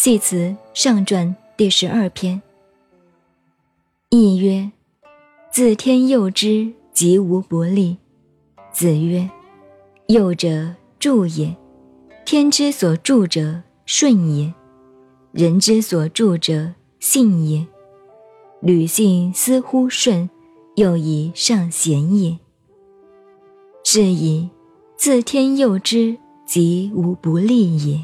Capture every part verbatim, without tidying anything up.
系辞上传第十二篇。译曰：自天佑之，吉无不利。子曰：佑者助也，天之所助者顺也，人之所助者信也。履信思乎顺，又以上贤也。是以自天佑之，吉无不利也。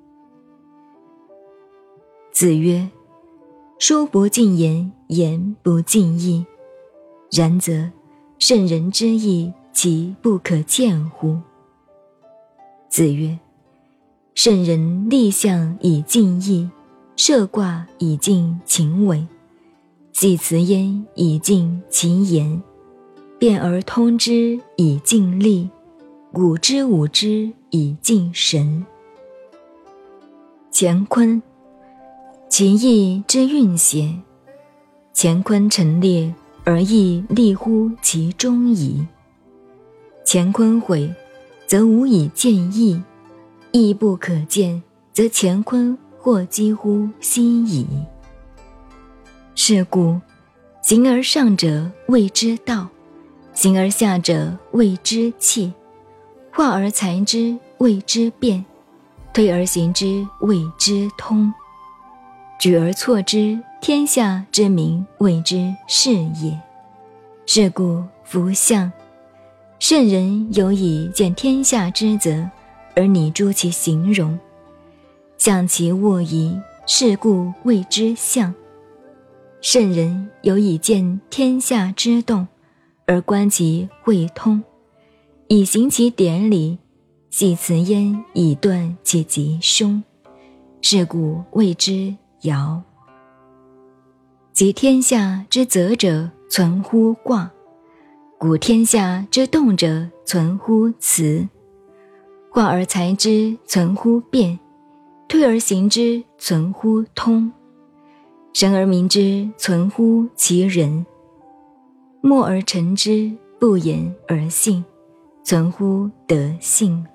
子曰：书不尽言，言不尽意。然则圣人之意，其不可见乎？子曰：圣人立象以尽意，设卦以尽情伪，系辞焉以尽其言，辩而通之以尽力，古之武之以尽神。乾坤，其义之运邪？乾坤陈列，而义立乎其中矣。乾坤毁，则无以见义；义不可见，则乾坤或几乎息矣。是故形而上者谓之道，形而下者谓之器，化而裁之谓之变，推而行之谓之通，举而错之，天下之民谓之事也。是故夫象，圣人有以见天下之则，而拟诸其形容，象其握仪，是故谓之象。圣人有以见天下之动，而观其会通，以行其典礼，系辞焉以断其吉凶，是故谓之爻。即天下之泽者，存乎卦；故天下之动者，存乎辞。化而裁之，存乎变；推而行之，存乎通；神而明之，存乎其人；默而成之，不言而信，存乎德性。